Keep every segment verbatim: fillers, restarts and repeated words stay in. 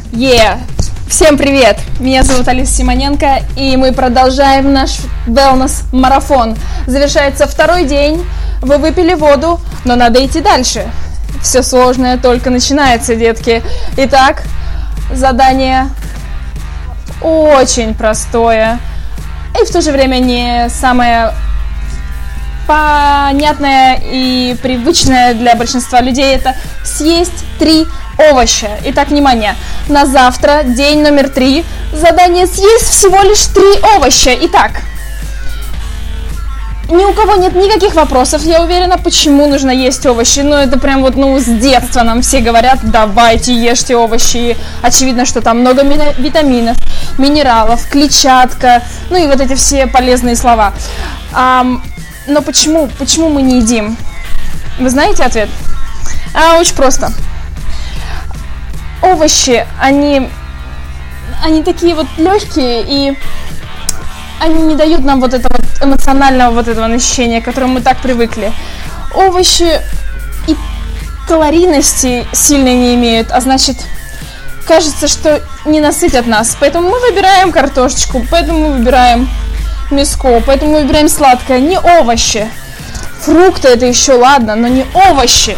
Yeah! Всем привет! Меня зовут Алиса Симоненко, и мы продолжаем наш wellness-марафон. Завершается второй день, вы выпили воду, но надо идти дальше. Все сложное только начинается, детки. Итак, задание очень простое, и в то же время не самое понятное и привычное для большинства людей. Это съесть три овоща. Итак, внимание, на завтра, день номер три, задание съесть всего лишь три овоща. Итак, ни у кого нет никаких вопросов, я уверена, почему нужно есть овощи. Ну, это прям вот, ну, с детства нам все говорят, давайте ешьте овощи. Очевидно, что там много витаминов, минералов, клетчатка, ну и вот эти все полезные слова. А, но почему, почему мы не едим? Вы знаете ответ? А, очень просто. Овощи, они, они такие вот легкие, и они не дают нам вот этого эмоционального вот этого насыщения, к которому мы так привыкли. Овощи и калорийности сильно не имеют, а значит, кажется, что не насытят нас. Поэтому мы выбираем картошечку, поэтому мы выбираем мяско, поэтому мы выбираем сладкое, не овощи. Фрукты это еще ладно, но не овощи.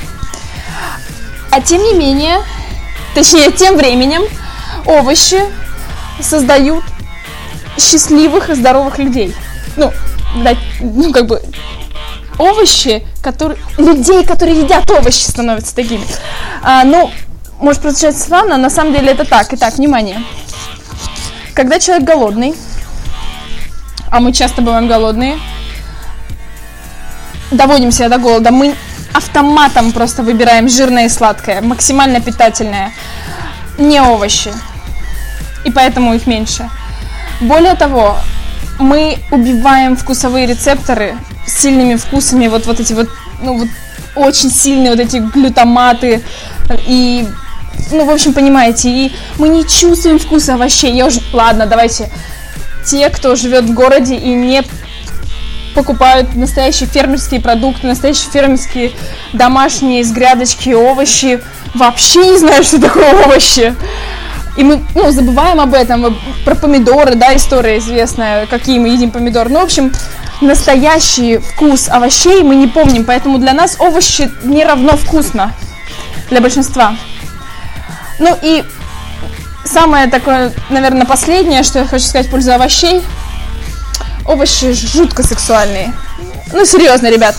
А тем не менее, точнее, тем временем овощи создают счастливых и здоровых людей. Ну, да, ну как бы овощи, которые людей, которые едят овощи, становятся такими. А, ну, может прозвучать странно, на самом деле это так. Итак, внимание. Когда человек голодный, а мы часто бываем голодные, доводим себя до голода, мы автоматом просто выбираем жирное и сладкое, максимально питательное, не овощи. И поэтому их меньше. Более того, мы убиваем вкусовые рецепторы с сильными вкусами, вот, вот эти вот, ну вот, очень сильные вот эти глютаматы, и, ну, в общем, понимаете, и мы не чувствуем вкуса овощей. Я уже, ладно, давайте, те, кто живет в городе и не покупают настоящие фермерские продукты, настоящие фермерские домашние с грядочки овощи, вообще не знаю, что такое овощи. И мы, ну, забываем об этом, про помидоры, да, история известная, какие мы едим помидоры. Ну, в общем, настоящий вкус овощей мы не помним, поэтому для нас овощи не равно вкусно, для большинства. Ну и самое такое, наверное, последнее, что я хочу сказать в пользу овощей. Овощи жутко сексуальные. Ну, серьезно, ребят.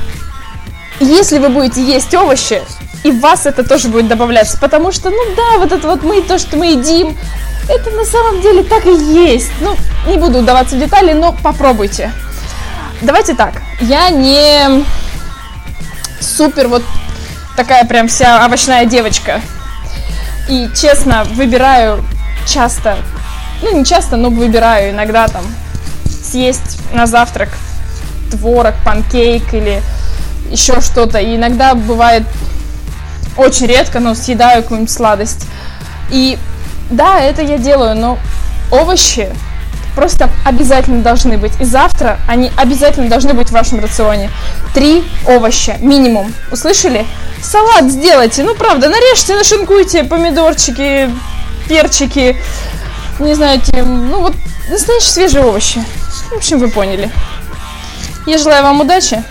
Если вы будете есть овощи, и в вас это тоже будет добавляться, потому что, ну да, вот это вот мы, то, что мы едим, это на самом деле так и есть. Ну, не буду вдаваться в детали, но попробуйте. Давайте так, я не супер вот такая прям вся овощная девочка. И, честно, выбираю часто, ну не часто, но выбираю иногда там съесть на завтрак творог, панкейк или еще что-то. И иногда бывает очень редко, но съедаю какую-нибудь сладость. И да, это я делаю, но овощи просто обязательно должны быть. И завтра они обязательно должны быть в вашем рационе. Три овоща минимум. Услышали? Салат сделайте. Ну, правда, нарежьте, нашинкуйте помидорчики, перчики. Не знаете, ну вот настоящие свежие овощи. В общем, вы поняли. Я желаю вам удачи,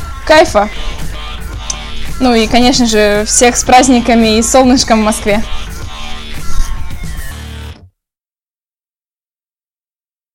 кайфа. Ну и, конечно же, всех с праздниками и солнышком в Москве.